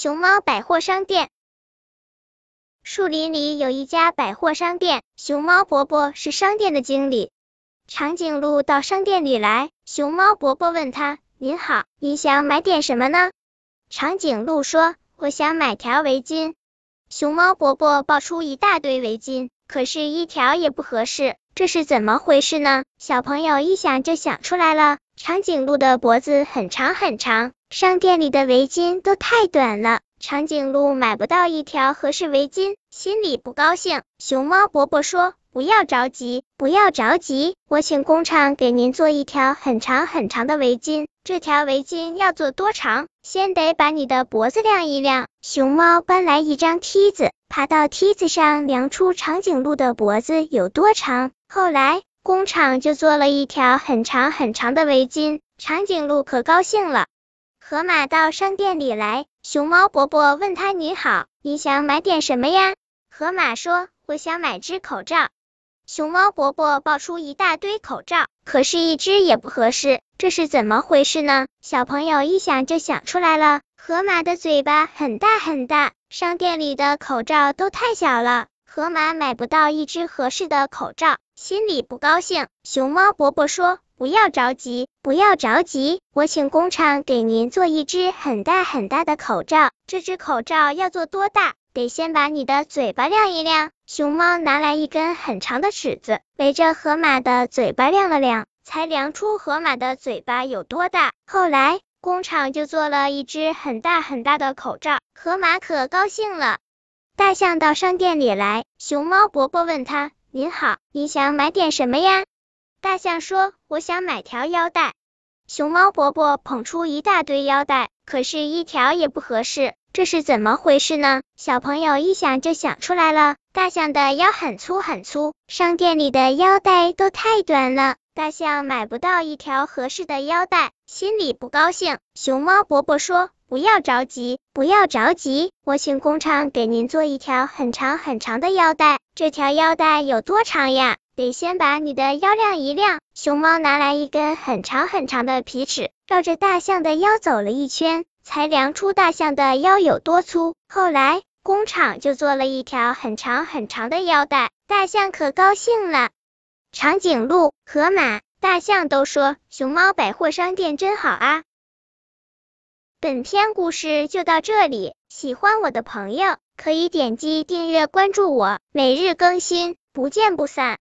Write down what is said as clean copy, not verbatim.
熊猫百货商店。树林里有一家百货商店，熊猫伯伯是商店的经理。长颈鹿到商店里来，熊猫伯伯问他：您好，你想买点什么呢？长颈鹿说：我想买条围巾。熊猫伯伯抱出一大堆围巾，可是一条也不合适，这是怎么回事呢？小朋友一想就想出来了，长颈鹿的脖子很长很长，商店里的围巾都太短了，长颈鹿买不到一条合适围巾，心里不高兴。熊猫伯伯说：不要着急，不要着急，我请工厂给您做一条很长很长的围巾。这条围巾要做多长？先得把你的脖子量一量。熊猫搬来一张梯子，爬到梯子上量出长颈鹿的脖子有多长。后来工厂就做了一条很长很长的围巾，长颈鹿可高兴了。河马到商店里来，熊猫伯伯问他：你好，你想买点什么呀？河马说：我想买只口罩。熊猫伯伯抱出一大堆口罩，可是一只也不合适，这是怎么回事呢？小朋友一想就想出来了，河马的嘴巴很大很大，商店里的口罩都太小了，河马买不到一只合适的口罩，心里不高兴。熊猫伯伯说：不要着急，不要着急，我请工厂给您做一只很大很大的口罩。这只口罩要做多大？得先把你的嘴巴量一量。熊猫拿来一根很长的尺子，围着河马的嘴巴量了量，才量出河马的嘴巴有多大。后来工厂就做了一只很大很大的口罩，河马可高兴了。大象到商店里来，熊猫伯伯问他：您好，你想买点什么呀？大象说：我想买条腰带。熊猫伯伯捧出一大堆腰带，可是一条也不合适，这是怎么回事呢？小朋友一想就想出来了，大象的腰很粗很粗，商店里的腰带都太短了，大象买不到一条合适的腰带，心里不高兴。熊猫伯伯说：不要着急，不要着急，我请工厂给您做一条很长很长的腰带。这条腰带有多长呀？得先把你的腰量一量。熊猫拿来一根很长很长的皮尺，绕着大象的腰走了一圈，才量出大象的腰有多粗。后来工厂就做了一条很长很长的腰带，大象可高兴了。长颈鹿、河马、大象都说熊猫百货商店真好啊。本篇故事就到这里，喜欢我的朋友可以点击订阅关注我，每日更新，不见不散。